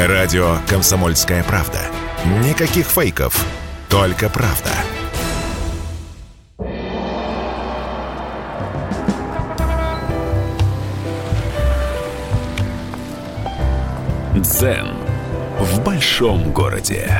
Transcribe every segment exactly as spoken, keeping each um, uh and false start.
Радио «Комсомольская правда». Никаких фейков, только правда. Дзен в большом городе.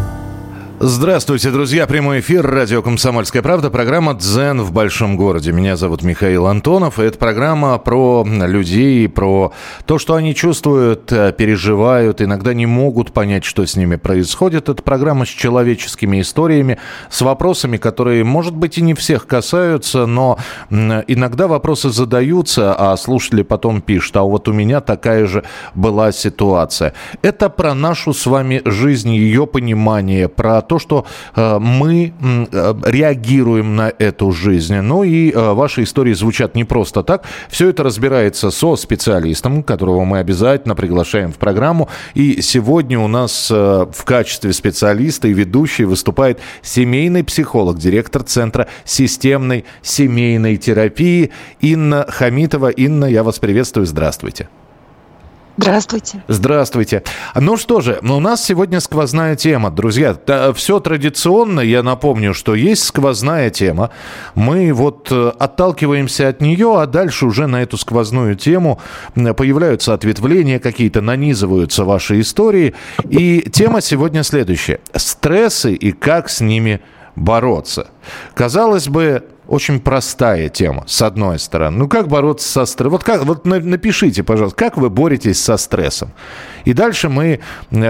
Здравствуйте, друзья. Прямой эфир. Радио «Комсомольская правда». Программа «Дзен в большом городе». Меня зовут Михаил Антонов. И это программа про людей, про то, что они чувствуют, переживают, иногда не могут понять, что с ними происходит. Это программа с человеческими историями, с вопросами, которые, может быть, и не всех касаются, но иногда вопросы задаются, а слушатели потом пишут: а вот у меня такая же была ситуация. Это про нашу с вами жизнь, ее понимание, про то, что э, мы э, реагируем на эту жизнь. Ну и э, ваши истории звучат не просто так. Все это разбирается со специалистом, которого мы обязательно приглашаем в программу. И сегодня у нас э, в качестве специалиста и ведущей выступает семейный психолог, директор Центра системной семейной терапии Инна Хамитова. Инна, я вас приветствую. Здравствуйте. Здравствуйте. Здравствуйте. Ну что же, у нас сегодня сквозная тема. Друзья, все традиционно, я напомню, что есть сквозная тема. Мы вот отталкиваемся от нее, а дальше уже на эту сквозную тему появляются ответвления какие-то, нанизываются ваши истории. И тема сегодня следующая. Стрессы и как с ними бороться. Казалось бы, очень простая тема, с одной стороны. Ну, как бороться со стрессом? Вот, как, вот напишите, пожалуйста, как вы боретесь со стрессом? И дальше мы,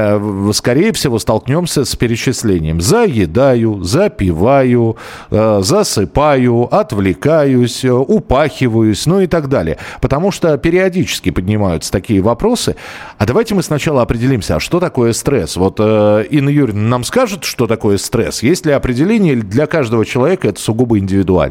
э, скорее всего, столкнемся с перечислением. Заедаю, запиваю, э, засыпаю, отвлекаюсь, э, упахиваюсь, ну и так далее. Потому что периодически поднимаются такие вопросы. А давайте мы сначала определимся, а что такое стресс? Вот э, Инна Юрьевна нам скажет, что такое стресс? Есть ли определение, или для каждого человека это сугубо индивидуально?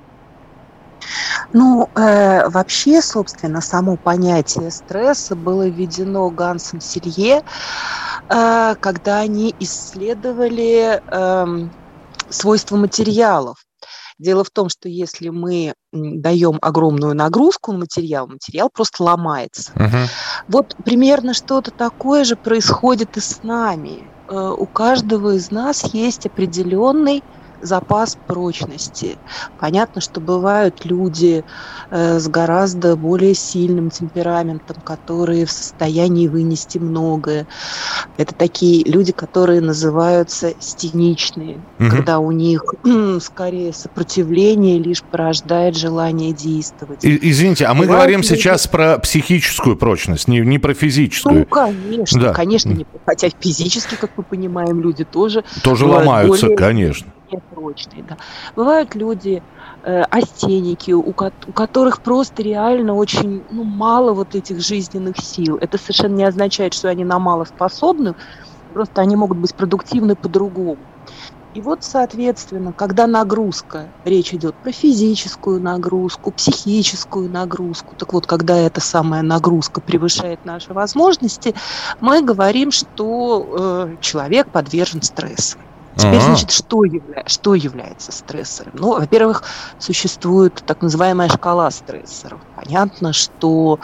Ну, э, вообще, собственно, само понятие стресса было введено Гансом Селье, э, когда они исследовали э, свойства материалов. Дело в том, что если мы даем огромную нагрузку на материал, материал просто ломается. Uh-huh. Вот примерно что-то такое же происходит и с нами. Э, у каждого из нас есть определенный запас прочности. Понятно, что бывают люди э, с гораздо более сильным темпераментом, которые в состоянии вынести многое. Это такие люди, которые называются стеничные, угу. когда у них м, скорее сопротивление лишь порождает желание действовать. И, извините, а мы бывают говорим люди... сейчас про психическую прочность, не, не про физическую. Ну, конечно, да. конечно, не, хотя физически, как мы понимаем, люди тоже... Тоже ломаются, более... конечно. Прочные, да. Бывают люди, э, астеники, у, ко- у которых просто реально очень ну, мало вот этих жизненных сил. Это совершенно не означает, что они на мало способны, просто они могут быть продуктивны по-другому. И вот, соответственно, когда нагрузка, речь идет про физическую нагрузку, психическую нагрузку, так вот, когда эта самая нагрузка превышает наши возможности, мы говорим, что э, человек подвержен стрессу. Теперь, значит, что, явля... что является стрессором? Ну, во-первых, существует так называемая шкала стрессоров. Понятно, что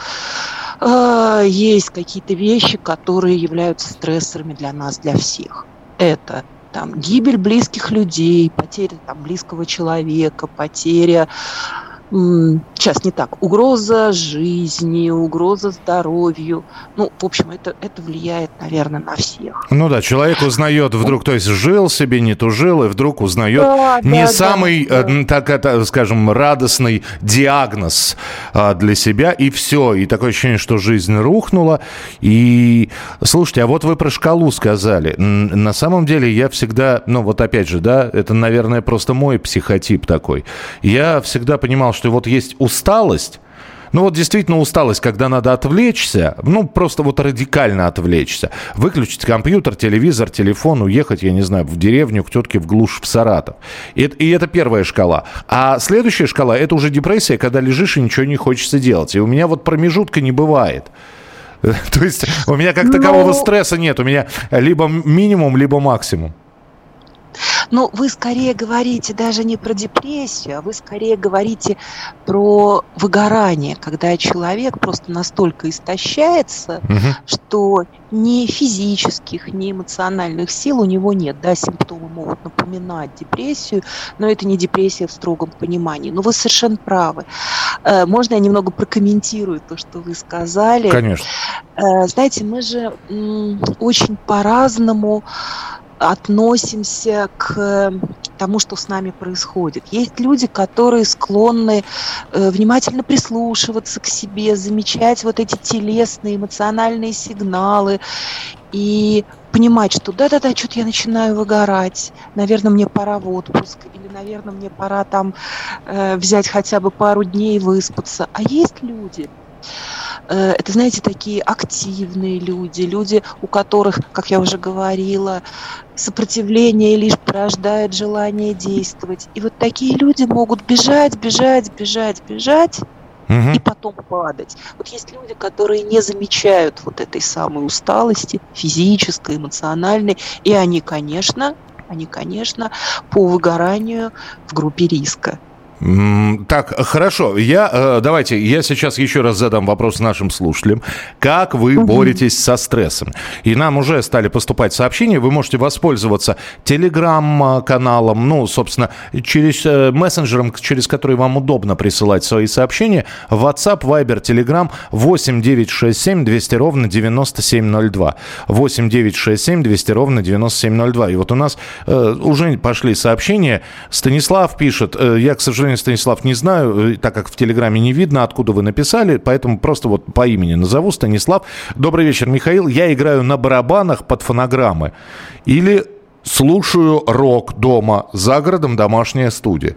э, есть какие-то вещи, которые являются стрессорами для нас, для всех. Это там, гибель близких людей, потеря там, близкого человека, потеря... Сейчас не так. Угроза жизни, угроза здоровью. Ну, в общем, это, это влияет, наверное, на всех. Ну да, человек узнает вдруг, то есть жил себе, не тужил, и вдруг узнает да, не да, самый, да, да. так это, скажем, радостный диагноз а, для себя, и все. И такое ощущение, что жизнь рухнула. И, слушайте, а вот вы про шкалу сказали. На самом деле я всегда, ну вот опять же, да, это, наверное, просто мой психотип такой. Я всегда понимал, что вот есть усталость, ну вот действительно усталость, когда надо отвлечься, ну просто вот радикально отвлечься, выключить компьютер, телевизор, телефон, уехать, я не знаю, в деревню, к тетке в глушь, в Саратов. И, и это первая шкала. А следующая шкала – это уже депрессия, когда лежишь и ничего не хочется делать. И у меня вот промежутка не бывает. То есть у меня как такового стресса нет, у меня либо минимум, либо максимум. Ну, вы скорее говорите даже не про депрессию, а вы скорее говорите про выгорание, когда человек просто настолько истощается, угу. что ни физических, ни эмоциональных сил у него нет. Да, симптомы могут напоминать депрессию, но это не депрессия в строгом понимании. Но вы совершенно правы. Можно я немного прокомментирую то, что вы сказали? Конечно. Знаете, мы же очень по-разному относимся к тому, что с нами происходит. Есть люди, которые склонны э, внимательно прислушиваться к себе, замечать вот эти телесные, эмоциональные сигналы и понимать, что да-да-да, что-то я начинаю выгорать, наверное, мне пора в отпуск, или, наверное, мне пора там э, взять хотя бы пару дней выспаться. А есть люди, это, знаете, такие активные люди, люди, у которых, как я уже говорила, сопротивление лишь порождает желание действовать. И вот такие люди могут бежать, бежать, бежать, бежать, угу. и потом падать. Вот есть люди, которые не замечают вот этой самой усталости физической, эмоциональной, и они, конечно, они, конечно, по выгоранию в группе риска. Так, хорошо. Я, давайте, я сейчас еще раз задам вопрос нашим слушателям. Как вы угу. боретесь со стрессом? И нам уже стали поступать сообщения. Вы можете воспользоваться телеграм-каналом, ну, собственно, через мессенджером, через который вам удобно присылать свои сообщения. WhatsApp, Viber, Telegram восемь девятьсот шестьдесят семь двести ровно девяносто семь ноль два. восемь девятьсот шестьдесят семь двести ровно девяносто семь ноль два. И вот у нас э, уже пошли сообщения. Станислав пишет, э, я, к сожалению, Станислав, не знаю, так как в Телеграме не видно, откуда вы написали, поэтому просто вот по имени назову. Станислав. Добрый вечер, Михаил. Я играю на барабанах под фонограммы или слушаю рок дома, за городом домашняя студия.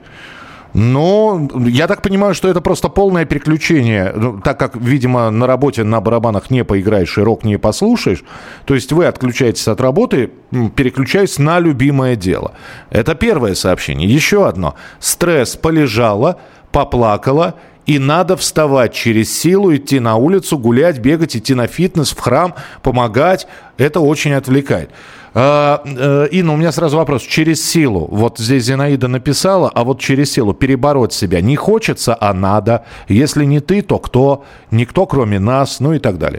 Но я так понимаю, что это просто полное переключение, так как, видимо, на работе на барабанах не поиграешь и рок не послушаешь. То есть вы отключаетесь от работы, переключаясь на любимое дело. Это первое сообщение. Еще одно. Стресс: полежала, поплакала, и надо вставать через силу, идти на улицу, гулять, бегать, идти на фитнес, в храм, помогать. Это очень отвлекает. Инна, у меня сразу вопрос. Через силу. Вот здесь Зинаида написала, а вот через силу перебороть себя не хочется, а надо. Если не ты, то кто? Никто, кроме нас, ну и так далее.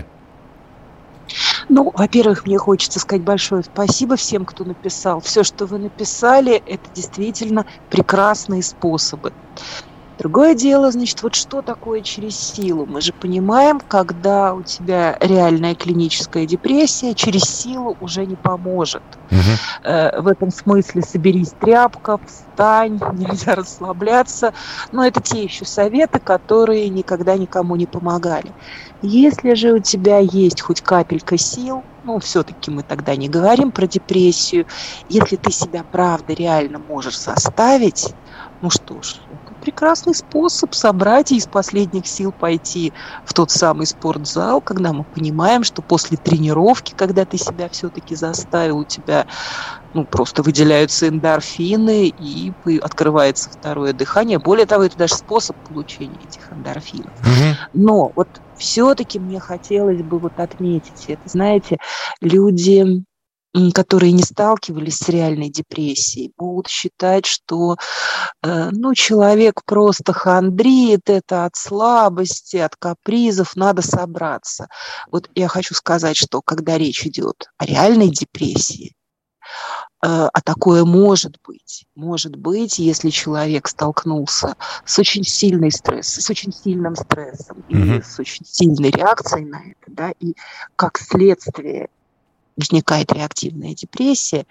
Ну, во-первых, мне хочется сказать большое спасибо всем, кто написал. Все, что вы написали, это действительно прекрасные способы. Другое дело, значит, вот что такое через силу? Мы же понимаем, когда у тебя реальная клиническая депрессия, через силу уже не поможет. Угу. Э, в этом смысле соберись, тряпка, встань, нельзя расслабляться. Но это те еще советы, которые никогда никому не помогали. Если же у тебя есть хоть капелька сил, ну, все-таки мы тогда не говорим про депрессию, если ты себя, правда, реально можешь заставить, ну что ж, прекрасный способ собрать и из последних сил пойти в тот самый спортзал, когда мы понимаем, что после тренировки, когда ты себя все-таки заставил, у тебя ну, просто выделяются эндорфины и открывается второе дыхание. Более того, это даже способ получения этих эндорфинов. Угу. Но вот все-таки мне хотелось бы вот отметить это. Знаете, люди, которые не сталкивались с реальной депрессией, будут считать, что э, ну, человек просто хандрит, это от слабости, от капризов, надо собраться. Вот я хочу сказать, что когда речь идет о реальной депрессии, э, а такое может быть, может быть, если человек столкнулся с очень сильной стрессом, с очень сильным стрессом mm-hmm. и с очень сильной реакцией на это, да, и как следствие возникает реактивная депрессия,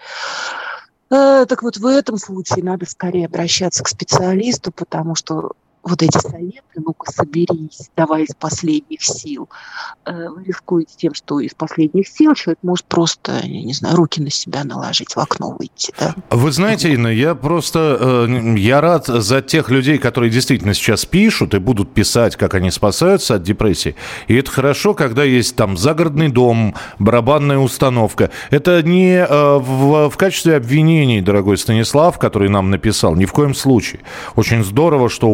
э, так вот в этом случае надо скорее обращаться к специалисту, потому что вот эти советы, ну-ка соберись, давай из последних сил, э, вы рискуете тем, что из последних сил человек может просто, я не знаю, руки на себя наложить, в окно выйти. Да? Вы знаете, Инна, я просто, э, я рад за тех людей, которые действительно сейчас пишут и будут писать, как они спасаются от депрессии. И это хорошо, когда есть там загородный дом, барабанная установка. Это не э, в, в качестве обвинений, дорогой Станислав, который нам написал, ни в коем случае. Очень здорово, что у вас есть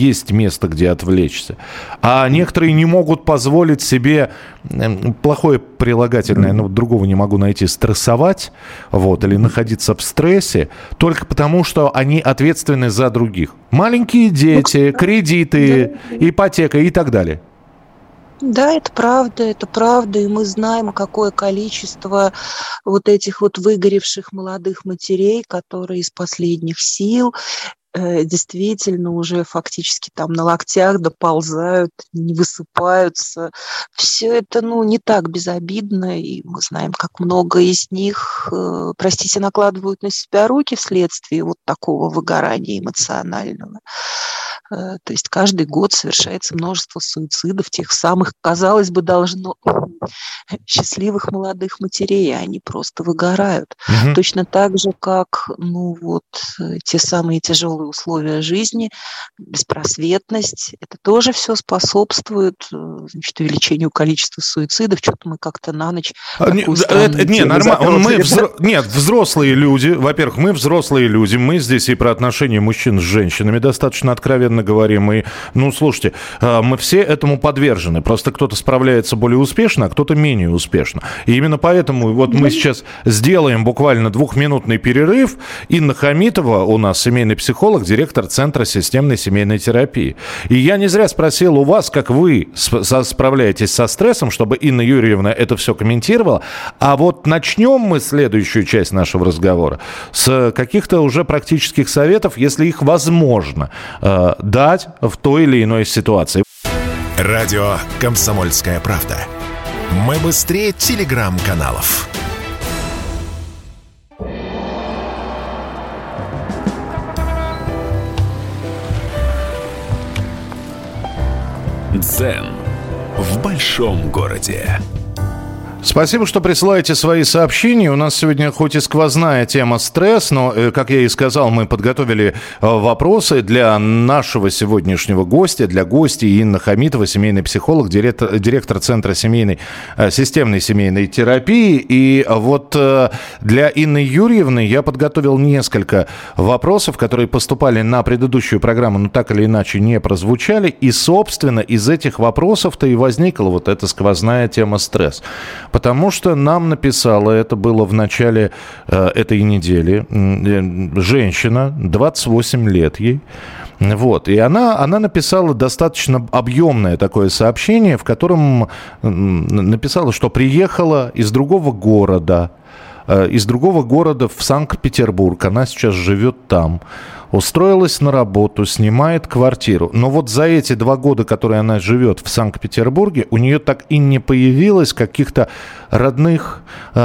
есть место, где отвлечься. А некоторые не могут позволить себе, плохое прилагательное, но другого не могу найти, стрессовать, вот, или находиться в стрессе, только потому, что они ответственны за других. Маленькие дети, кредиты, ипотека и так далее. Да, это правда, это правда, и мы знаем, какое количество вот этих вот выгоревших молодых матерей, которые из последних сил э, действительно уже фактически там на локтях доползают, не высыпаются. Все это, ну, не так безобидно, и мы знаем, как много из них, э, простите, накладывают на себя руки вследствие вот такого выгорания эмоционального. То есть каждый год совершается множество суицидов, тех самых, казалось бы, должно счастливых молодых матерей, они просто выгорают. Угу. Точно так же, как, ну вот, те самые тяжелые условия жизни, беспросветность, это тоже все способствует, значит, увеличению количества суицидов. Что-то мы как-то на ночь... Не, это, не, нормально. Мы взро... Нет, взрослые люди, во-первых, мы взрослые люди, мы здесь и про отношения мужчин с женщинами достаточно откровенно говорим. И, ну, слушайте, мы все этому подвержены. Просто кто-то справляется более успешно, а кто-то менее успешно. И именно поэтому вот мы сейчас сделаем буквально двухминутный перерыв. Инна Хамитова у нас семейный психолог, директор Центра системной семейной терапии. И я не зря спросил у вас, как вы справляетесь со стрессом, чтобы Инна Юрьевна это все комментировала. А вот начнем мы следующую часть нашего разговора с каких-то уже практических советов, если их возможно дать в той или иной ситуации. Радио «Комсомольская правда». Мы быстрее телеграм-каналов. Дзен в большом городе. Спасибо, что присылаете свои сообщения. У нас сегодня хоть и сквозная тема стресс, но, как я и сказал, мы подготовили вопросы для нашего сегодняшнего гостя, для гостей Инна Хамитова, семейный психолог, директор, директор Центра семейной, системной семейной терапии. И вот для Инны Юрьевны я подготовил несколько вопросов, которые поступали на предыдущую программу, но так или иначе не прозвучали. И, собственно, из этих вопросов-то и возникла вот эта сквозная тема стресс. Потому что нам написала, это было в начале э, этой недели, э, женщина, двадцать восемь лет ей. Вот. И она, она написала достаточно объемное такое сообщение, в котором написала, что приехала из другого города, э, из другого города в Санкт-Петербург. Она сейчас живет там. Устроилась на работу, снимает квартиру. Но вот за эти два года, которые она живет в Санкт-Петербурге, у нее так и не появилось каких-то родных,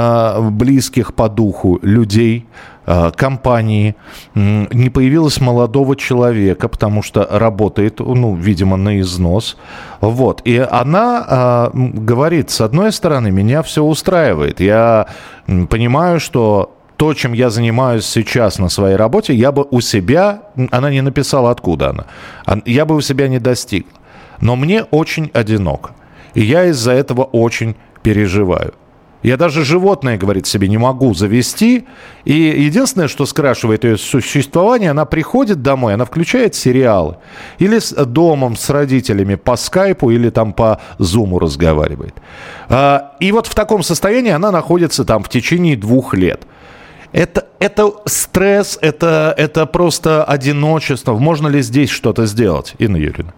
близких по духу людей, компании. Не появилось молодого человека, потому что работает, ну, видимо, на износ. Вот. И она говорит, с одной стороны, меня все устраивает. Я понимаю, что то, чем я занимаюсь сейчас на своей работе, я бы у себя... Она не написала, откуда она. Я бы у себя не достиг. Но мне очень одиноко. И я из-за этого очень переживаю. Я даже животное, говорит, себе не могу завести. И единственное, что скрашивает ее существование, она приходит домой, она включает сериалы. Или с домом, с родителями по скайпу, или там по зуму разговаривает. И вот в таком состоянии она находится там в течение двух лет. Это, это стресс, это, это просто одиночество. Можно ли здесь что-то сделать, Инна Юрьевна?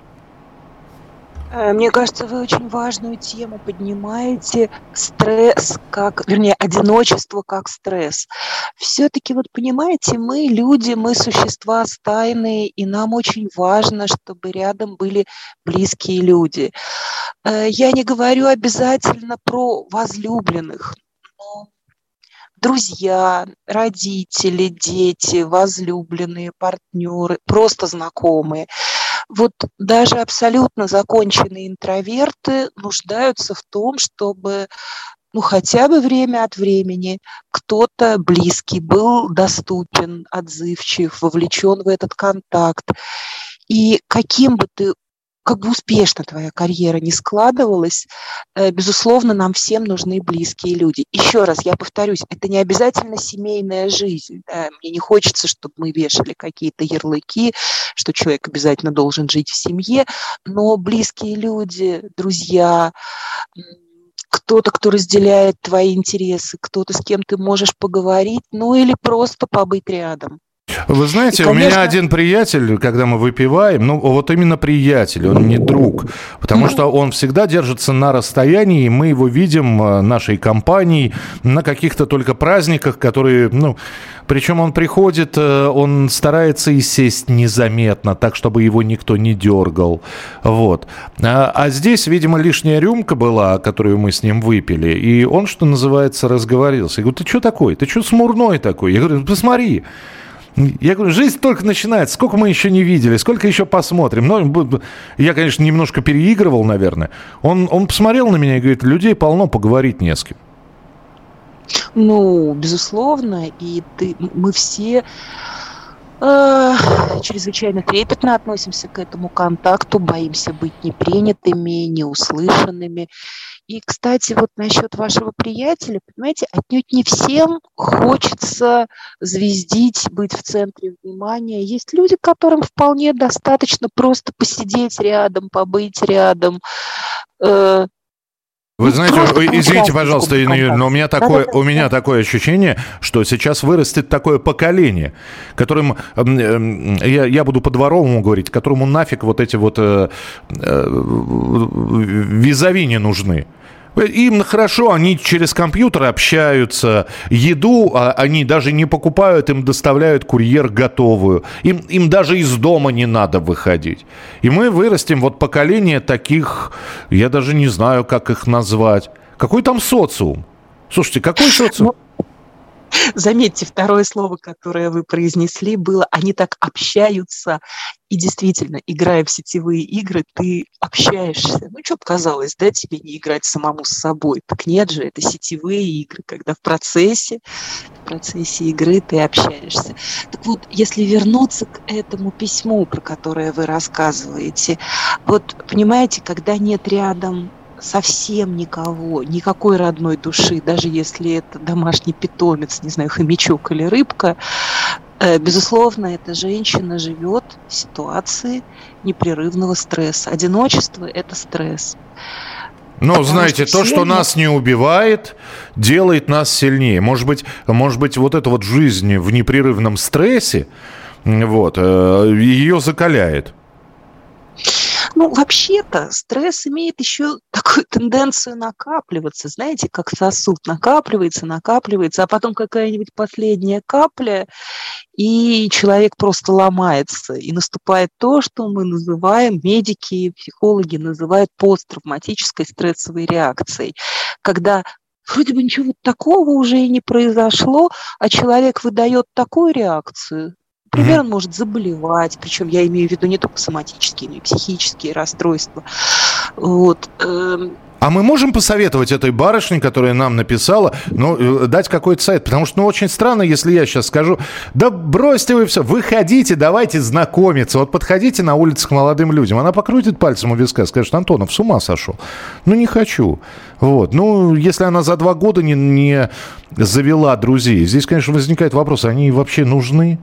Мне кажется, вы очень важную тему поднимаете. Стресс как, вернее, одиночество как стресс. Все-таки, вот понимаете, мы люди, мы существа стайные, и нам очень важно, чтобы рядом были близкие люди. Я не говорю обязательно про возлюбленных, но друзья, родители, дети, возлюбленные, партнеры, просто знакомые. Вот даже абсолютно законченные интроверты нуждаются в том, чтобы, ну, хотя бы время от времени кто-то близкий был доступен, отзывчив, вовлечен в этот контакт. И каким бы ты как бы успешно твоя карьера не складывалась, безусловно, нам всем нужны близкие люди. Еще раз, я повторюсь, это не обязательно семейная жизнь. Да? Мне не хочется, чтобы мы вешали какие-то ярлыки, что человек обязательно должен жить в семье, но близкие люди, друзья, кто-то, кто разделяет твои интересы, кто-то, с кем ты можешь поговорить, ну или просто побыть рядом. Вы знаете, и, конечно... у меня один приятель, когда мы выпиваем, ну вот именно приятель, он не друг, потому что он всегда держится на расстоянии, и мы его видим нашей компанией на каких-то только праздниках, которые, ну, причем он приходит, он старается и сесть незаметно, так, чтобы его никто не дергал, вот. А, а здесь, видимо, лишняя рюмка была, которую мы с ним выпили, и он, что называется, разговорился. Я говорю, ты что такой? Ты что смурной такой? Я говорю, посмотри. Я говорю, жизнь только начинается, сколько мы еще не видели, сколько еще посмотрим. Ну, я, конечно, немножко переигрывал, наверное. Он, он посмотрел на меня и говорит, людей полно, поговорить не с кем. Ну, безусловно, и ты, мы все э, чрезвычайно трепетно относимся к этому контакту, боимся быть непринятыми, неуслышанными. И, кстати, вот насчет вашего приятеля, понимаете, отнюдь не всем хочется звездить, быть в центре внимания. Есть люди, которым вполне достаточно просто посидеть рядом, побыть рядом. Э- Вы знаете, извините, пожалуйста, Ирина Юрьевна, но у меня такое, у меня такое ощущение, что сейчас вырастет такое поколение, которым, я, я буду по-дворовому говорить, которому нафиг вот эти вот э, э, визави не нужны. Им хорошо, они через компьютер общаются, еду они даже не покупают, им доставляют курьер готовую. Им, им даже из дома не надо выходить. И мы вырастим вот поколение таких, я даже не знаю, как их назвать. Какой там социум? Слушайте, какой социум? Заметьте, второе слово, которое вы произнесли, было «они так общаются». И действительно, играя в сетевые игры, ты общаешься. Ну, что показалось, да, тебе не играть самому с собой? Так нет же, это сетевые игры, когда в процессе, в процессе игры ты общаешься. Так вот, если вернуться к этому письму, про которое вы рассказываете, вот, понимаете, когда нет рядом совсем никого, никакой родной души, даже если это домашний питомец, не знаю, хомячок или рыбка, безусловно, эта женщина живет в ситуации непрерывного стресса. Одиночество – это стресс. Ну, потому знаете, что то, что нас не убивает, делает нас сильнее. Может быть, может быть, вот эта вот жизнь в непрерывном стрессе, вот, ее закаляет. Ну, вообще-то стресс имеет еще такую тенденцию накапливаться, знаете, как сосуд накапливается, накапливается, а потом какая-нибудь последняя капля, и человек просто ломается, и наступает то, что мы называем, медики, психологи называют посттравматической стрессовой реакцией, когда вроде бы ничего такого уже и не произошло, а человек выдает такую реакцию. Например, он может заболевать, причем я имею в виду не только соматические, но и психические расстройства. Вот. А мы можем посоветовать этой барышне, которая нам написала, ну, дать какой-то совет? Потому что, ну, очень странно, если я сейчас скажу, да бросьте вы все, выходите, давайте знакомиться. Вот подходите на улице к молодым людям. Она покрутит пальцем у виска, скажет, Антонов, с ума сошел. Ну, не хочу. Вот. Ну, если она за два года не, не завела друзей, здесь, конечно, возникает вопрос, они вообще нужны?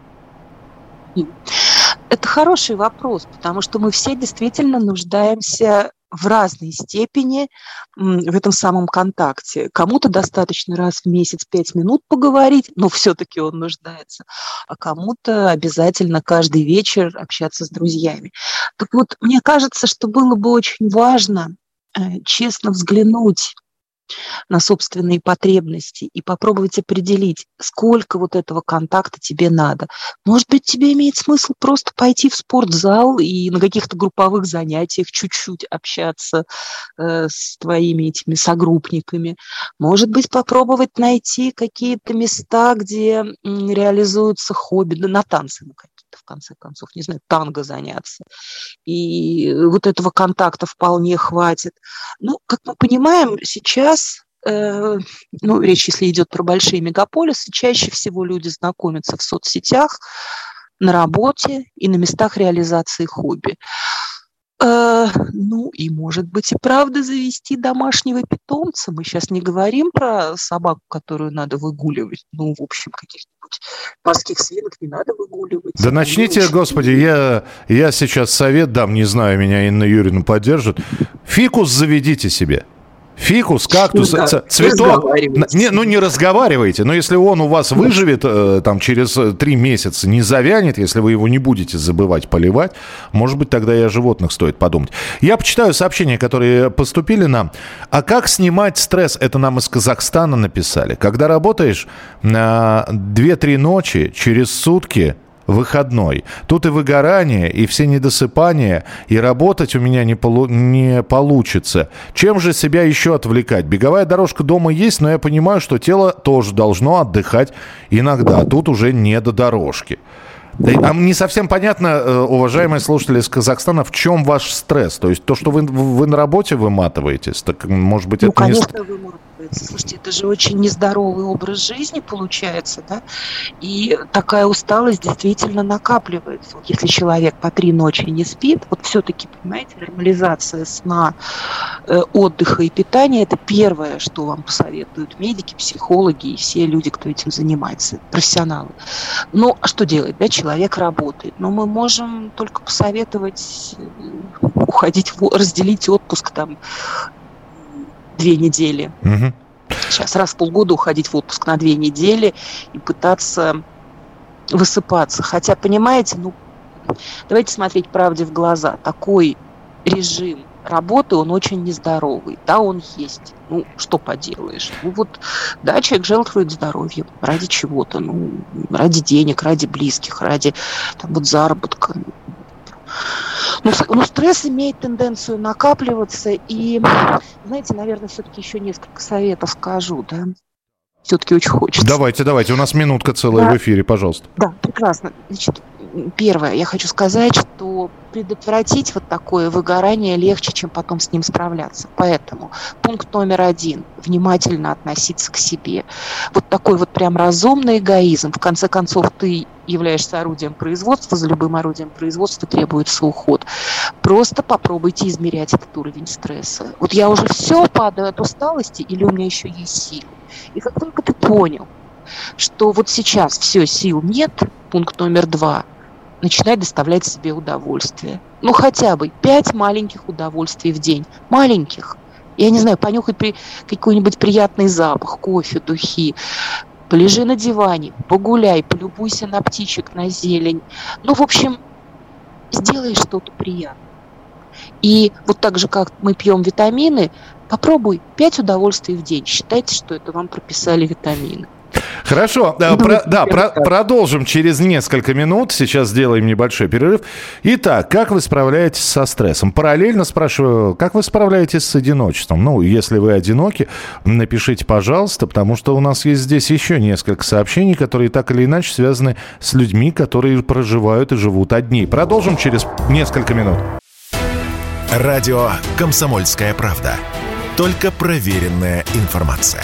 Это хороший вопрос, потому что мы все действительно нуждаемся в разной степени в этом самом контакте. Кому-то достаточно раз в месяц пять минут поговорить, но все-таки он нуждается, а кому-то обязательно каждый вечер общаться с друзьями. Так вот, мне кажется, что было бы очень важно честно взглянуть на собственные потребности и попробовать определить, сколько вот этого контакта тебе надо. Может быть, тебе имеет смысл просто пойти в спортзал и на каких-то групповых занятиях чуть-чуть общаться э, с твоими этими согруппниками. Может быть, попробовать найти какие-то места, где м, реализуются хобби, да, на танцы, ну, в конце концов, не знаю, танго заняться. И вот этого контакта вполне хватит. Ну, как мы понимаем, сейчас, э, ну, речь, если идет про большие мегаполисы, чаще всего люди знакомятся в соцсетях, на работе и на местах реализации хобби. Э, ну и, может быть, и правда завести домашнего питомца. Мы сейчас не говорим про собаку, которую надо выгуливать. Ну, в общем, каких-нибудь морских свинок не надо выгуливать. Да начните, очень... господи, я, я сейчас совет дам, не знаю, меня Инна Юрьевна поддержит. Фикус заведите себе. Фикус, кактус, ну, да, цветок. Не, ну не разговаривайте, но если он у вас выживет э, там, через три месяца, не завянет, если вы его не будете забывать поливать, может быть, тогда и о животных стоит подумать. Я почитаю сообщения, которые поступили нам. А как снимать стресс? Это нам из Казахстана написали. Когда работаешь на две-три ночи, через сутки выходной. Тут и выгорание, и все недосыпания, и работать у меня не, полу- не получится. Чем же себя еще отвлекать? Беговая дорожка дома есть, но я понимаю, что тело тоже должно отдыхать иногда. Тут уже не до дорожки. А не совсем понятно, уважаемые слушатели из Казахстана, в чем ваш стресс? То есть то, что вы, вы на работе выматываетесь, так, может быть, ну, это конечно, не... выматывается. Слушайте, это же очень нездоровый образ жизни получается, да? И такая усталость действительно накапливается. Вот если человек по три ночи не спит, вот все-таки, понимаете, нормализация сна, э, отдыха и питания – это первое, что вам посоветуют медики, психологи и все люди, кто этим занимается, профессионалы. Ну, а что делать, да? Человек работает. Но мы можем только посоветовать уходить, в, разделить отпуск там две недели. Угу. Сейчас раз в полгода уходить в отпуск на две недели и пытаться высыпаться. Хотя, понимаете, ну, давайте смотреть правде в глаза. Такой режим работы, он очень нездоровый. Да, он есть. Ну, что поделаешь. Ну, вот, да, человек жертвует здоровьем. Ради чего-то. Ну, ради денег, ради близких, ради там, вот, заработка. Но, но стресс имеет тенденцию накапливаться, и, знаете, наверное, все-таки еще несколько советов скажу, да, все-таки очень хочется. Давайте, давайте, у нас минутка целая да. в эфире, пожалуйста. Да, прекрасно. Значит, первое, я хочу сказать, что предотвратить вот такое выгорание легче, чем потом с ним справляться. Поэтому пункт номер один – внимательно относиться к себе. Вот такой вот прям разумный эгоизм. В конце концов, ты являешься орудием производства, за любым орудием производства требуется уход. Просто попробуйте измерять этот уровень стресса. Вот я уже все падаю от усталости или у меня еще есть силы? И как только ты понял, что вот сейчас все, сил нет, пункт номер два – начинай доставлять себе удовольствие. Ну, хотя бы пять маленьких удовольствий в день. Маленьких. Я не знаю, понюхай при... какой-нибудь приятный запах, кофе, духи. Полежи на диване, погуляй, полюбуйся на птичек, на зелень. Ну, в общем, сделай что-то приятное. И вот так же, как мы пьем витамины, попробуй пять удовольствий в день. Считайте, что это вам прописали витамины. Хорошо, да, про, да про, продолжим через несколько минут. Сейчас сделаем небольшой перерыв. Итак, как вы справляетесь со стрессом? Параллельно спрашиваю, как вы справляетесь с одиночеством? Ну, если вы одиноки, напишите, пожалуйста, потому что у нас есть здесь еще несколько сообщений, которые так или иначе связаны с людьми, которые проживают и живут одни. Продолжим через несколько минут. Радио «Комсомольская правда». Только проверенная информация.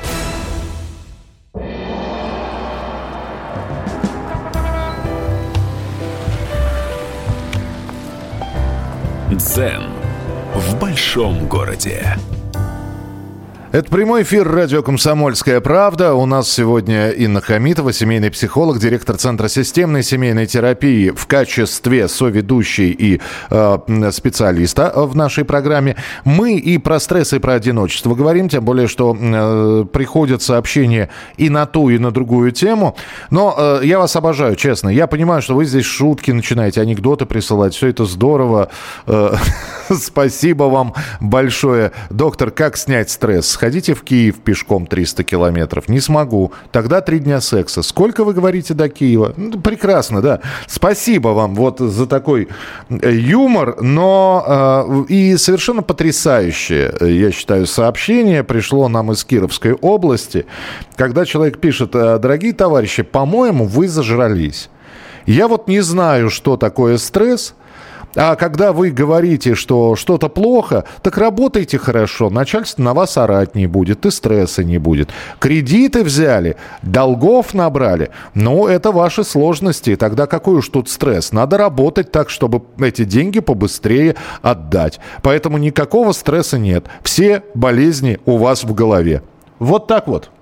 Дзен в большом городе. Это прямой эфир радио «Комсомольская правда». У нас сегодня Инна Хамитова, семейный психолог, директор Центра системной семейной терапии в качестве соведущей и э, специалиста в нашей программе. Мы и про стресс, и про одиночество говорим, тем более, что э, приходят сообщения и на ту, и на другую тему. Но э, я вас обожаю, честно. Я понимаю, что вы здесь шутки начинаете, анекдоты присылать. Все это здорово. Э, спасибо вам большое. Доктор, как снять стресс? Сходите в Киев пешком триста километров. Не смогу. Тогда три дня секса. Сколько вы говорите до Киева? Ну, прекрасно, да. Спасибо вам вот за такой юмор, но э, и совершенно потрясающее, я считаю, сообщение пришло нам из Кировской области, когда человек пишет: дорогие товарищи, по-моему, вы зажрались. Я вот не знаю, что такое стресс. А когда вы говорите, что что-то плохо, так работайте хорошо, начальство на вас орать не будет, и стресса не будет. Кредиты взяли, долгов набрали, ну, это ваши сложности. Тогда какой уж тут стресс? Надо работать так, чтобы эти деньги побыстрее отдать. Поэтому никакого стресса нет. Все болезни у вас в голове. Вот так вот.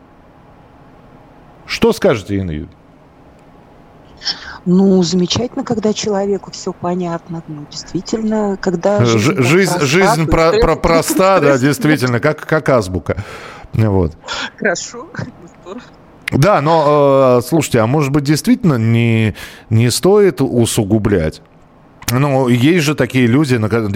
Что скажете, Инна Юрьевна? Ну, замечательно, когда человеку все понятно. Ну, действительно, когда жизнь, жизнь, проста, жизнь про, стресс, про, проста, стресс, да, действительно, как, как азбука. Вот. Хорошо, здорово. Да, но, э, слушайте, а может быть, действительно не, не стоит усугублять? Ну, есть же такие люди,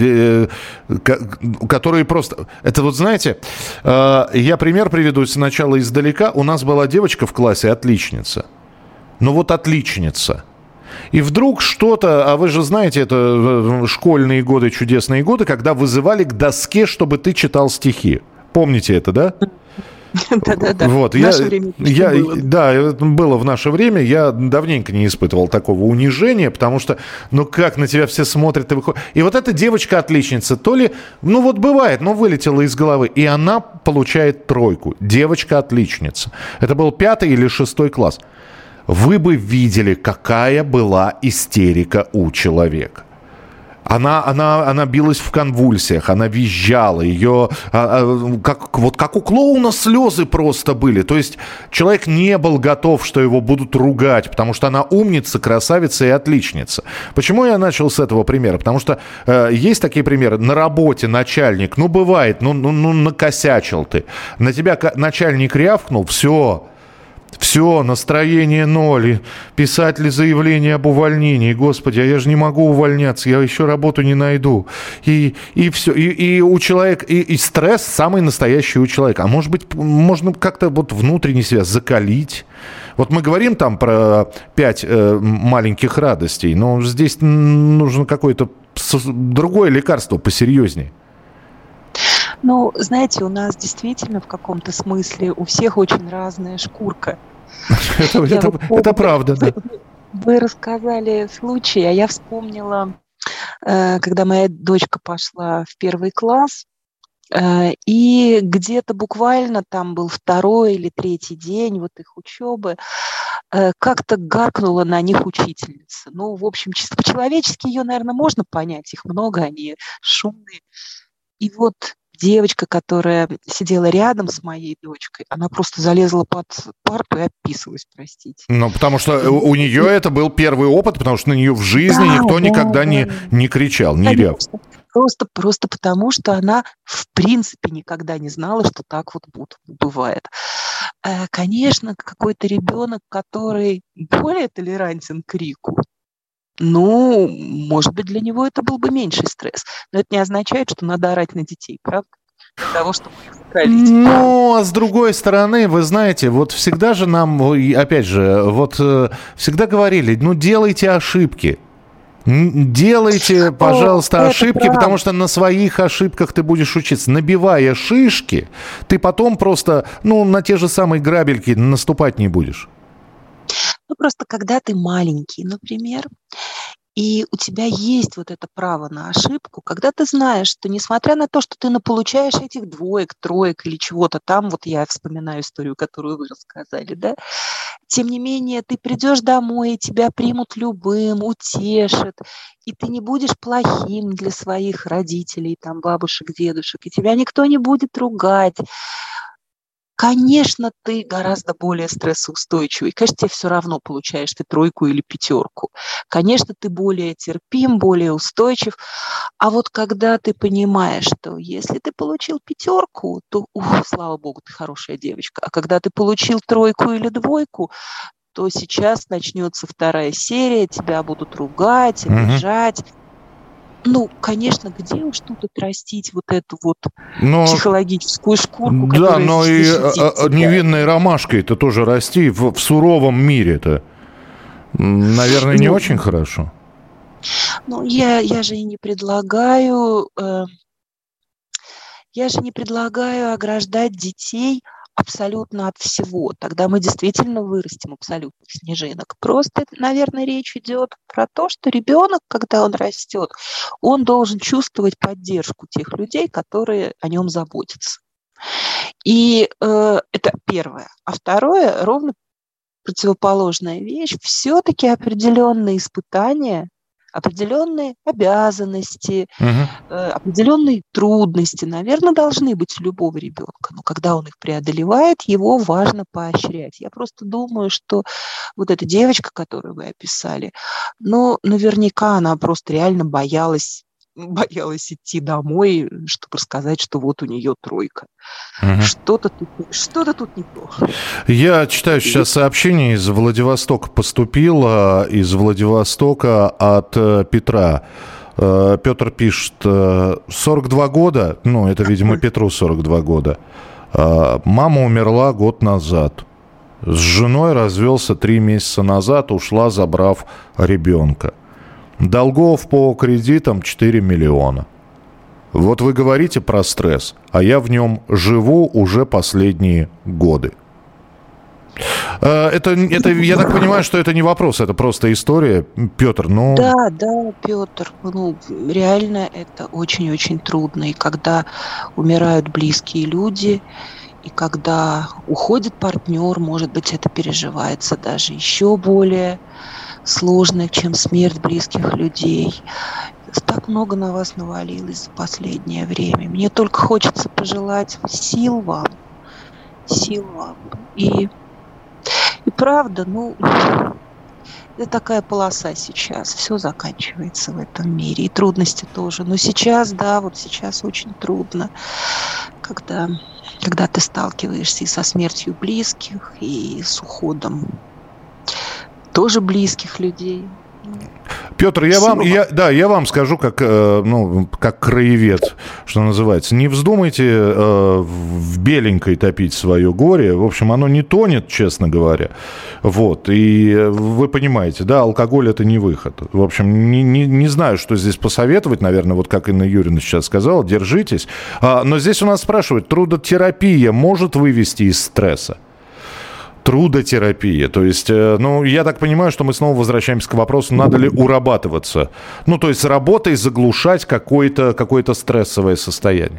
которые просто... Это вот, знаете, я пример приведу сначала издалека. У нас была девочка в классе, отличница. Ну вот отличница. И вдруг что-то... А вы же знаете, это школьные годы, чудесные годы, когда вызывали к доске, чтобы ты читал стихи. Помните это, да? Да-да-да. Вот, в я, наше время я, было. Да, это было в наше время. Я давненько не испытывал такого унижения, потому что, ну как на тебя все смотрят и выходят. И вот эта девочка-отличница, то ли, ну вот бывает, ну вылетела из головы, и она получает тройку. Девочка-отличница. Это был пятый или шестой класс. Вы бы видели, какая была истерика у человека. Она, она, она билась в конвульсиях, она визжала, ее, а, а, как, вот как у клоуна слезы просто были. То есть человек не был готов, что его будут ругать, потому что она умница, красавица и отличница. Почему я начал с этого примера? Потому что э, есть такие примеры. На работе начальник, ну бывает, ну, ну, ну накосячил ты. На тебя начальник рявкнул, все... Все, настроение ноль. И писать ли заявление об увольнении? Господи, а я же не могу увольняться, я еще работу не найду. И, и все. И, и у человека, и, и стресс самый настоящий у человека. А может быть, можно как-то вот внутренне себя закалить? Вот мы говорим там про пять э, маленьких радостей, но здесь нужно какое-то другое лекарство посерьезнее. Ну, знаете, у нас действительно в каком-то смысле у всех очень разная шкурка. Это, это, вот это правда, да. Вы, вы рассказали случай, а я вспомнила, когда моя дочка пошла в первый класс, и где-то буквально там был второй или третий день вот их учебы, как-то гаркнула на них учительница. Ну, в общем, чисто по-человечески ее, наверное, можно понять, их много, они шумные. И вот девочка, которая сидела рядом с моей дочкой, она просто залезла под парту и описалась, простите. Ну, потому что у нее это был первый опыт, потому что на нее в жизни да, никто да, никогда да. Не, не кричал, не рев. Просто, просто потому, что она в принципе никогда не знала, что так вот бывает. Конечно, какой-то ребенок, который более толерантен к крику, ну, может быть, для него это был бы меньший стресс. Но это не означает, что надо орать на детей, правда? Для того, чтобы их закалить. Ну, а с другой стороны, вы знаете, вот всегда же нам, опять же, вот всегда говорили, ну, делайте ошибки. Делайте, пожалуйста, О, ошибки, правда. Потому что на своих ошибках ты будешь учиться. Набивая шишки, ты потом просто, ну, на те же самые грабельки наступать не будешь. Ну, просто когда ты маленький, например, и у тебя есть вот это право на ошибку, когда ты знаешь, что несмотря на то, что ты наполучаешь этих двоек, троек или чего-то там, вот я вспоминаю историю, которую вы рассказали, да, тем не менее ты придешь домой, и тебя примут любым, утешат, и ты не будешь плохим для своих родителей, там, бабушек, дедушек, и тебя никто не будет ругать. Конечно, ты гораздо более стрессоустойчивый. Конечно, тебе все равно получаешь ты тройку или пятерку. Конечно, ты более терпим, более устойчив. А вот когда ты понимаешь, что если ты получил пятерку, то, ух, слава богу, ты хорошая девочка. А когда ты получил тройку или двойку, то сейчас начнется вторая серия, тебя будут ругать, обижать. Mm-hmm. Ну, конечно, где уж тут отрастить вот эту вот но, психологическую шкурку, да, но и невинной ромашкой это тоже расти в, в суровом мире-то, наверное, не ну, очень хорошо. Ну, я, я же и не предлагаю, э, я же не предлагаю ограждать детей абсолютно от всего. Тогда мы действительно вырастим абсолютных снежинок. Просто, наверное, речь идет про то, что ребенок, когда он растет, он должен чувствовать поддержку тех людей, которые о нем заботятся. И э, это первое. А второе, ровно противоположная вещь, все-таки определенные испытания, определенные обязанности, uh-huh. э, определенные трудности, наверное, должны быть у любого ребенка. Но когда он их преодолевает, его важно поощрять. Я просто думаю, что вот эта девочка, которую вы описали, ну, наверняка она просто реально боялась, боялась идти домой, чтобы рассказать, что вот у нее тройка. Угу. Что-то тут, что-то тут не то. Я читаю сейчас сообщение из Владивостока. Поступило из Владивостока от Петра. Петр пишет, сорок два года, ну, это, видимо, Петру сорок два года. Мама умерла год назад. С женой развелся три месяца назад, ушла, забрав ребенка. Долгов по кредитам четыре миллиона. Вот вы говорите про стресс, а я в нем живу уже последние годы. Это, это, я так понимаю, что это не вопрос, это просто история. Петр, ну... Да, да, Петр, ну, реально это очень-очень трудно. И когда умирают близкие люди, и когда уходит партнер, может быть, это переживается даже еще более сложно, чем смерть близких людей. Так много на вас навалилось за последнее время. Мне только хочется пожелать сил вам, сил вам. И, и правда, ну, это такая полоса сейчас. Все заканчивается в этом мире. И трудности тоже. Но сейчас, да, вот сейчас очень трудно, когда, когда ты сталкиваешься и со смертью близких, и с уходом тоже близких людей. Петр, я вам, я, да, я вам скажу, как, э, ну, как краевед, что называется. Не вздумайте э, в беленькой топить свое горе. В общем, оно не тонет, честно говоря. Вот. И вы понимаете, да, алкоголь – это не выход. В общем, не, не, не знаю, что здесь посоветовать. Наверное, вот как Инна Юрьевна сейчас сказала, держитесь. А, но здесь у нас спрашивают, трудотерапия может вывести из стресса? Трудотерапия. То есть, ну, я так понимаю, что мы снова возвращаемся к вопросу, надо ли урабатываться. Ну, то есть, работой заглушать какое-то, какое-то стрессовое состояние.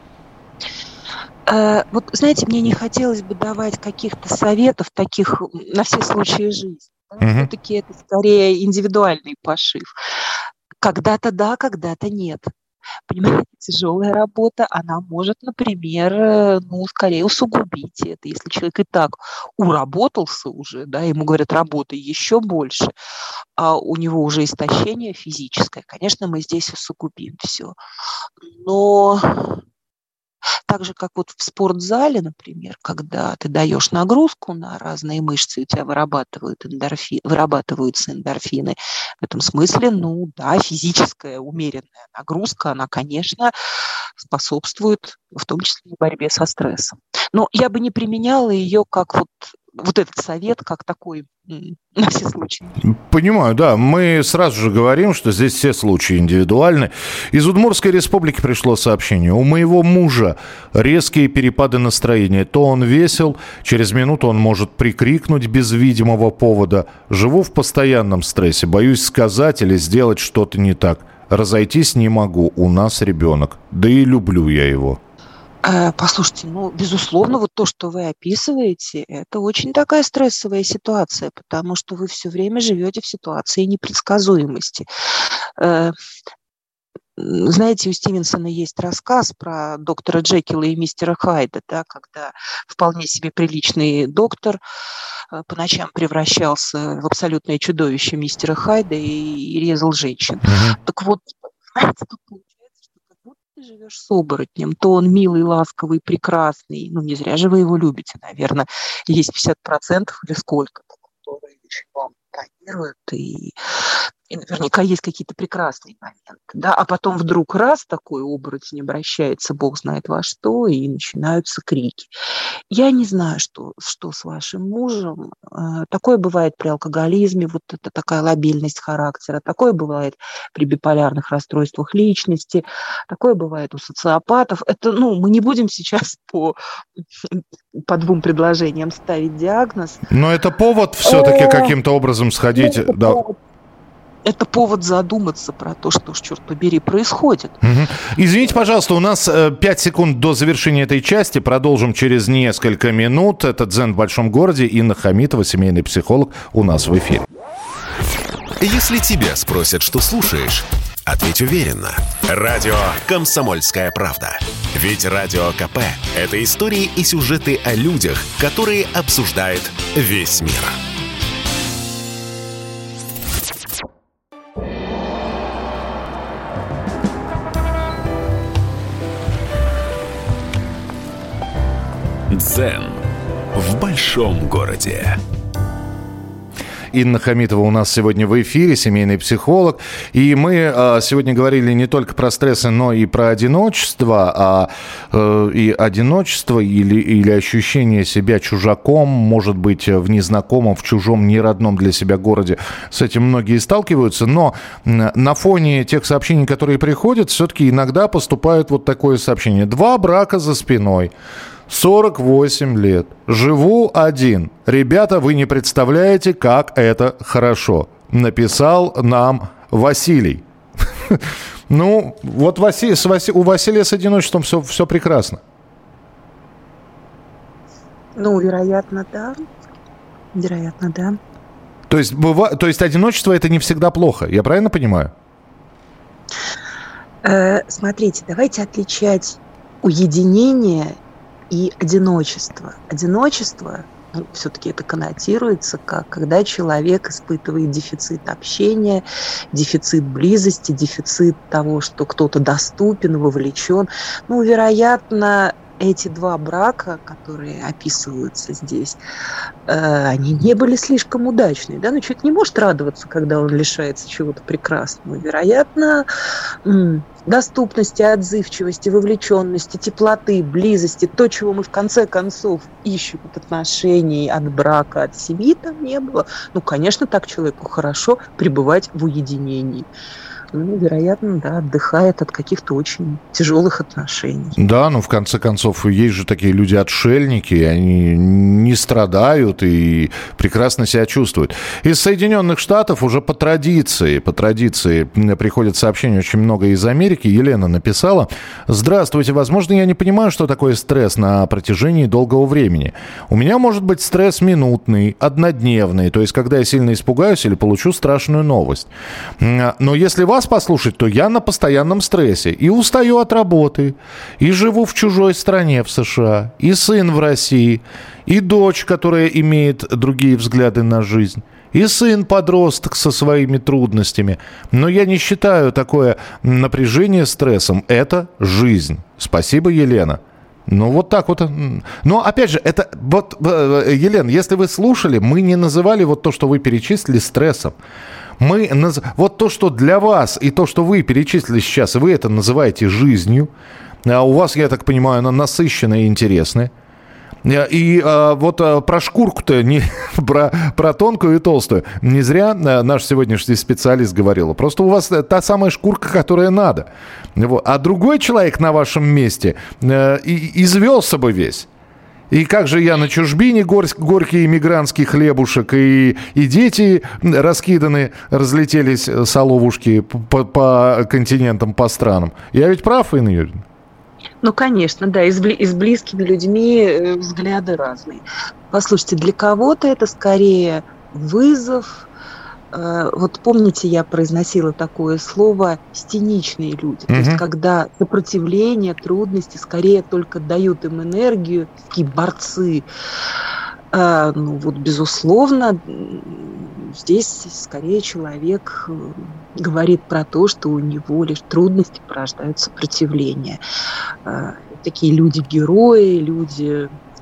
Вот, знаете, мне не хотелось бы давать каких-то советов таких на все случаи жизни. Да? Угу. Все-таки это скорее индивидуальный пошив. Когда-то да, когда-то нет. Понимаете, тяжелая работа, она может, например, ну, скорее усугубить это. Если человек и так уработался уже, да, ему говорят, работай еще больше, а у него уже истощение физическое, конечно, мы здесь усугубим все. Но так же, как вот в спортзале, например, когда ты даешь нагрузку на разные мышцы, у тебя вырабатывают эндорфи... вырабатываются эндорфины. В этом смысле, ну да, физическая умеренная нагрузка, она, конечно, способствует, в том числе, и борьбе со стрессом. Но я бы не применяла ее как вот, вот этот совет, как такой на все случаи. Понимаю, да. Мы сразу же говорим, что здесь все случаи индивидуальны. Из Удмуртской республики пришло сообщение. У моего мужа резкие перепады настроения. То он весел, через минуту он может прикрикнуть без видимого повода. Живу в постоянном стрессе. Боюсь сказать или сделать что-то не так. Разойтись не могу. У нас ребенок. Да и люблю я его. Послушайте, ну, безусловно, вот то, что вы описываете, это очень такая стрессовая ситуация, потому что вы все время живете в ситуации непредсказуемости. Знаете, у Стивенсона есть рассказ про доктора Джекила и мистера Хайда, да, когда вполне себе приличный доктор по ночам превращался в абсолютное чудовище мистера Хайда и, и резал женщин. Mm-hmm. Так вот, знаете, тут получается, ты живешь с оборотнем, то он милый, ласковый, прекрасный, ну не зря же вы его любите, наверное, есть пятьдесят процентов или сколько-то, которые вам импонируют, и И наверняка есть какие-то прекрасные моменты, да, а потом вдруг раз такой оборотень обращается, бог знает во что, и начинаются крики. Я не знаю, что, что с вашим мужем. Такое бывает при алкоголизме, вот это такая лобильность характера, такое бывает при биполярных расстройствах личности, такое бывает у социопатов. Это, ну, мы не будем сейчас по, по двум предложениям ставить диагноз. Но это повод все-таки каким-то образом сходить... Да. Это повод задуматься про то, что, черт побери, происходит. Угу. Извините, пожалуйста, у нас пять секунд до завершения этой части. Продолжим через несколько минут. Это «Дзен в большом городе». Инна Хамитова, семейный психолог, у нас в эфире. Если тебя спросят, что слушаешь, ответь уверенно. Радио «Комсомольская правда». Ведь Радио КП – это истории и сюжеты о людях, которые обсуждает весь мир. Дзен в большом городе. Инна Хамитова у нас сегодня в эфире, семейный психолог. И мы а, сегодня говорили не только про стрессы, но и про одиночество. А, э, и одиночество или, или ощущение себя чужаком, может быть, в незнакомом, в чужом, неродном для себя городе. С этим многие сталкиваются. Но на фоне тех сообщений, которые приходят, все-таки иногда поступает вот такое сообщение. Два брака за спиной. сорок восемь лет. Живу один. Ребята, вы не представляете, как это хорошо. Написал нам Василий. Ну, вот у Василия с одиночеством все, все прекрасно. Ну, вероятно, да. Вероятно, да. То есть, быва... То есть одиночество это не всегда плохо. Я правильно понимаю? Э, смотрите, давайте отличать уединение и одиночество. Одиночество, ну, все-таки это коннотируется как когда человек испытывает дефицит общения, дефицит близости, дефицит того, что кто-то доступен, вовлечен. Ну, вероятно, эти два брака, которые описываются здесь, э, они не были слишком удачные. Да? Ну, человек не может радоваться, когда он лишается чего-то прекрасного. Вероятно, м- доступности, отзывчивости, вовлеченности, теплоты, близости, то, чего мы в конце концов ищем от отношений, от брака, от семьи, там не было. Ну, конечно, так человеку хорошо пребывать в уединении. Ну, вероятно, да, отдыхает от каких-то очень тяжелых отношений. Да, ну, в конце концов, есть же такие люди-отшельники, они не страдают и прекрасно себя чувствуют. Из Соединенных Штатов уже по традиции, по традиции приходят сообщения очень много из Америки. Елена написала: «Здравствуйте, возможно, я не понимаю, что такое стресс на протяжении долгого времени. У меня может быть стресс минутный, однодневный, то есть когда я сильно испугаюсь или получу страшную новость. Но если вас послушать, то я на постоянном стрессе и устаю от работы, и живу в чужой стране в США, и сын в России, и дочь, которая имеет другие взгляды на жизнь, и сын-подросток со своими трудностями. Но я не считаю такое напряжение стрессом. Это жизнь». Спасибо, Елена. Ну, вот так вот. Но, опять же, это... Вот, Елена, если вы слушали, мы не называли вот то, что вы перечислили, стрессом. Мы наз... Вот то, что для вас, и то, что вы перечислили сейчас, и вы это называете жизнью, а у вас, я так понимаю, она насыщенная и интересная. И а, вот а, про шкурку-то, не, про, про тонкую и толстую, не зря а, наш сегодняшний специалист говорил. Просто у вас та самая шкурка, которая надо. Вот. А другой человек на вашем месте а, и, извелся бы весь. И как же я на чужбине, гор, горький иммигрантский хлебушек, и, и дети раскиданы, разлетелись соловушки по, по континентам, по странам. Я ведь прав, Инна Юрьевна? Ну, конечно, да, и с, бли- и с близкими людьми взгляды разные. Послушайте, для кого-то это скорее вызов. Вот помните, я произносила такое слово «стеничные люди». Mm-hmm. То есть когда сопротивление, трудности скорее только дают им энергию, такие борцы. А, ну вот, безусловно, здесь скорее человек говорит про то, что у него лишь трудности порождают сопротивление. А, такие люди-герои, люди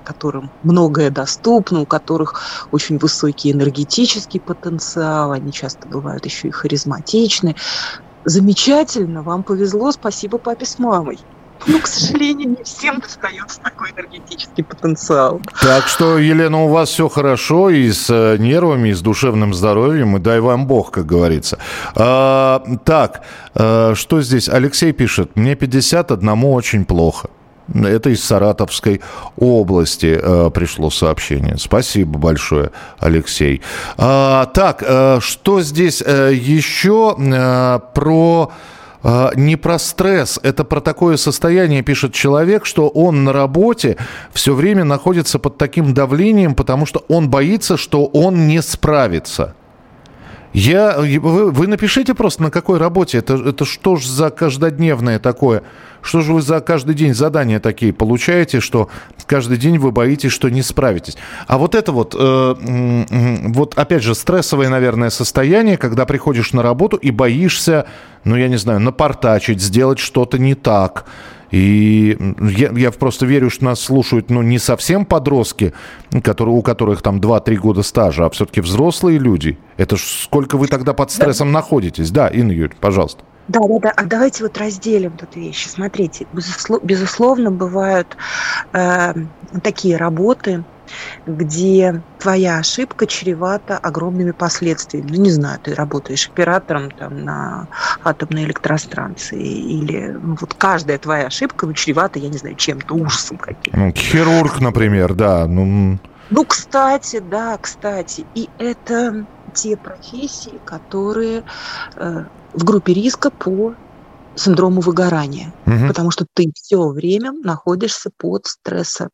которым многое доступно, у которых очень высокий энергетический потенциал, они часто бывают еще и харизматичны. Замечательно, вам повезло, спасибо папе с мамой. Но, к сожалению, не всем достается такой энергетический потенциал. Так что, Елена, у вас все хорошо и с нервами, и с душевным здоровьем, и дай вам Бог, как говорится. А, так, а, что здесь? Алексей пишет, мне пятьдесят, одному очень плохо. Это из Саратовской области э, пришло сообщение. Спасибо большое, Алексей. А, так, э, что здесь э, еще э, про... Не про стресс, это про такое состояние, пишет человек, что он на работе все время находится под таким давлением, потому что он боится, что он не справится. Я, вы, вы напишите просто, на какой работе, это, это что ж за каждодневное такое, что же вы за каждый день задания такие получаете, что каждый день вы боитесь, что не справитесь. А вот это вот, э, вот опять же, стрессовое, наверное, состояние, когда приходишь на работу и боишься, ну, я не знаю, напортачить, сделать что-то не так. И я, я просто верю, что нас слушают, ну, не совсем подростки, которые, у которых там два-три года стажа, а все-таки взрослые люди. Это ж сколько вы тогда под стрессом да. находитесь? Да, Инна Юрьевна, пожалуйста. Да, да, да. А давайте вот разделим тут вещи. Смотрите, безусловно, бывают э, такие работы, где твоя ошибка чревата огромными последствиями. Ну, не знаю, ты работаешь оператором там, на атомной электростанции, или ну, вот каждая твоя ошибка ну, чревата, я не знаю, чем-то, ужасом каким-то. Хирург, например, да. Ну... ну, кстати, да, кстати. И это те профессии, которые э, в группе риска по синдрому выгорания. Угу. Потому что ты все время находишься под стрессом.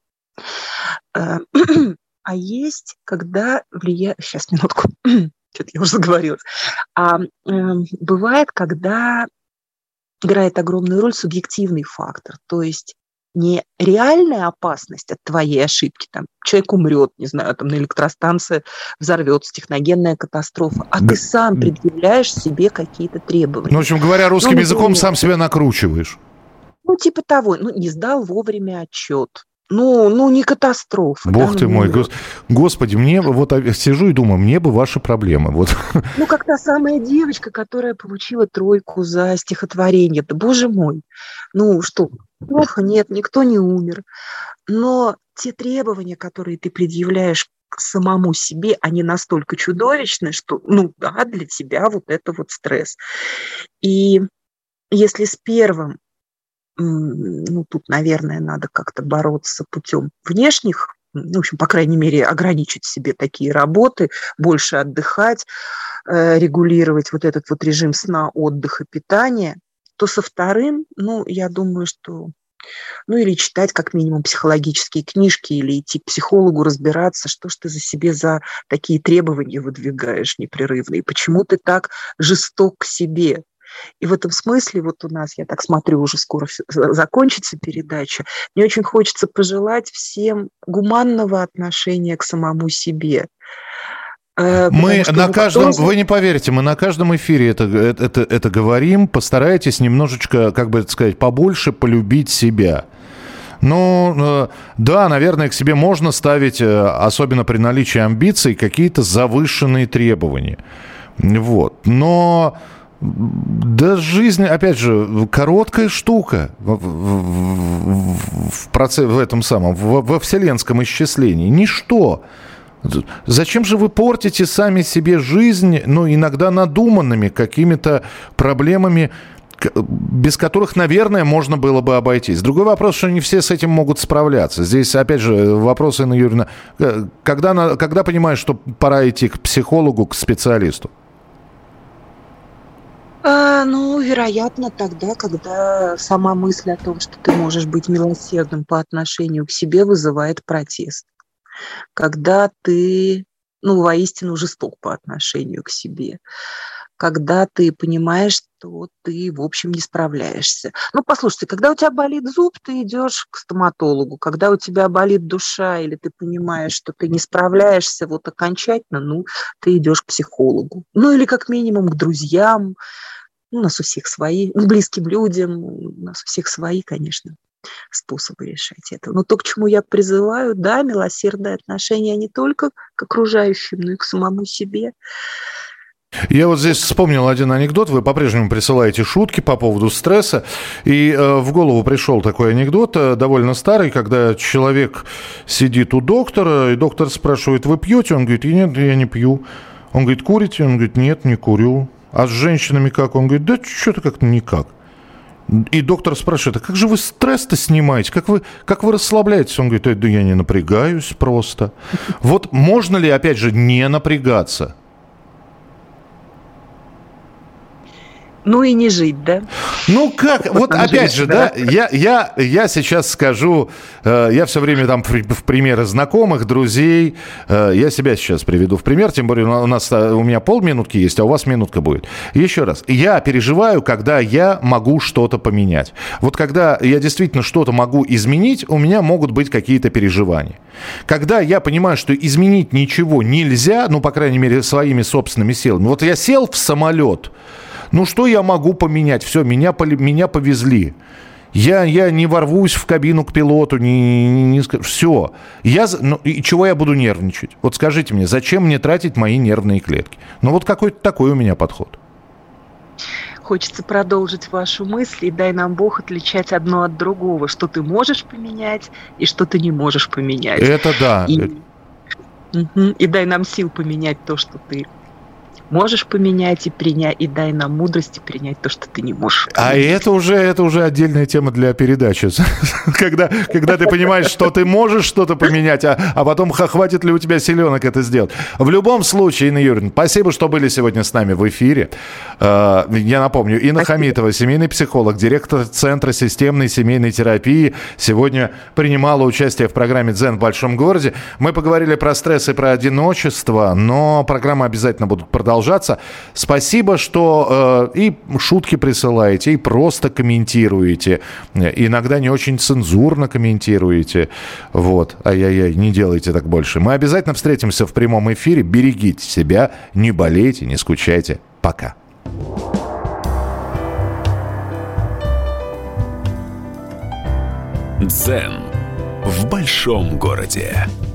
А есть, когда влияет... Сейчас, минутку. Что-то я уже заговорилась. А, э, бывает, когда играет огромную роль субъективный фактор. То есть не реальная опасность от твоей ошибки. Там, человек умрет, не знаю, там на электростанции взорвется, техногенная катастрофа. А ты сам предъявляешь себе какие-то требования. Ну, в общем говоря, русским ну, языком сам себя накручиваешь. Ну, типа того. Ну, не сдал вовремя отчет. Ну, ну, не катастрофа. Бог да, ты ну, мой, гос... Господи, мне вот сижу и думаю, мне бы ваши проблемы. Вот. Ну, как та самая девочка, которая получила тройку за стихотворение. Да, боже мой, ну что, плохо, нет, никто не умер. Но те требования, которые ты предъявляешь к самому себе, они настолько чудовищны, что, ну да, для тебя вот это вот стресс. И если с первым ну, тут, наверное, надо как-то бороться путем внешних, ну, в общем, по крайней мере, ограничить себе такие работы, больше отдыхать, э, регулировать вот этот вот режим сна, отдыха, питания, то со вторым, ну, я думаю, что, ну, или читать как минимум психологические книжки, или идти к психологу разбираться, что ж ты за себе за такие требования выдвигаешь непрерывные, почему ты так жесток к себе. И в этом смысле, вот у нас, я так смотрю, уже скоро закончится передача, мне очень хочется пожелать всем гуманного отношения к самому себе. Мы на каждом, вы не поверите, мы на каждом эфире это, это, это говорим, постарайтесь немножечко, как бы это сказать, побольше полюбить себя. Ну, да, наверное, к себе можно ставить, особенно при наличии амбиций, какие-то завышенные требования. Вот, но... Да, жизнь, опять же, короткая штука в, в, в, процессе, в этом самом, в, во вселенском исчислении. Ничто. Зачем же вы портите сами себе жизнь, ну, иногда надуманными какими-то проблемами, без которых, наверное, можно было бы обойтись. Другой вопрос, что не все с этим могут справляться. Здесь, опять же, вопрос, Инна Юрьевна, когда, когда понимаешь, что пора идти к психологу, к специалисту? А, ну, вероятно, тогда, когда сама мысль о том, что ты можешь быть милосердным по отношению к себе, вызывает протест. Когда ты, ну, воистину жесток по отношению к себе. Когда ты понимаешь, что ты, в общем, не справляешься. Ну, послушайте, когда у тебя болит зуб, ты идешь к стоматологу. Когда у тебя болит душа, или ты понимаешь, что ты не справляешься вот окончательно, ну, ты идешь к психологу. Ну, или как минимум к друзьям. Ну, у нас у всех свои, к близким людям, у нас у всех свои, конечно. способы решать это. Но то, к чему я призываю, да, милосердное отношение не только к окружающим, но и к самому себе. Я вот здесь вспомнил один анекдот. Вы по-прежнему присылаете шутки по поводу стресса. И э, в голову пришел такой анекдот, э, довольно старый, когда человек сидит у доктора, и доктор спрашивает: вы пьете? Он говорит: нет, я не пью. Он говорит: курите? Он говорит: нет, не курю. А с женщинами как? Он говорит: да что-то как-то никак. И доктор спрашивает: а как же вы стресс-то снимаете? Как вы, как вы расслабляетесь? Он говорит: да я не напрягаюсь просто. Вот можно ли, опять же, не напрягаться? Ну и не жить, да? Ну как, вот опять же, да, я, я, я сейчас скажу, э, я все время там в, в примеры знакомых, друзей, э, я себя сейчас приведу в пример, тем более у нас, у меня полминутки есть, а у вас минутка будет. Еще раз, я переживаю, когда я могу что-то поменять. Вот когда я действительно что-то могу изменить, у меня могут быть какие-то переживания. Когда я понимаю, что изменить ничего нельзя, ну, по крайней мере, своими собственными силами. Вот я сел в самолет. Ну, что я могу поменять? Все, меня, меня повезли. Я, я не ворвусь в кабину к пилоту, не, не, не, все. Я, ну, и чего я буду нервничать? Вот скажите мне, зачем мне тратить мои нервные клетки? Ну, вот какой-то такой у меня подход. Хочется продолжить вашу мысль, и дай нам Бог отличать одно от другого, что ты можешь поменять и что ты не можешь поменять. Это да. И, угу, и дай нам сил поменять то, что ты можешь поменять, и принять, и дай нам мудрости принять то, что ты не можешь поменять. А это уже, это уже отдельная тема для передачи. когда, когда ты понимаешь, что ты можешь что-то поменять, а, а потом хватит ли у тебя силенок это сделать. В любом случае, Инна Юрьевна, спасибо, что были сегодня с нами в эфире. Я напомню, Инна спасибо. Хамитова, семейный психолог, директор Центра системной семейной терапии, сегодня принимала участие в программе «Дзен в большом городе». Мы поговорили про стресс и про одиночество, но программы обязательно будут продолжаться. Спасибо, что э, и шутки присылаете, и просто комментируете. Иногда не очень цензурно комментируете. Вот. Ай-яй-яй, не делайте так больше. Мы обязательно встретимся в прямом эфире. Берегите себя, не болейте, не скучайте. Пока. Дзен в большом городе.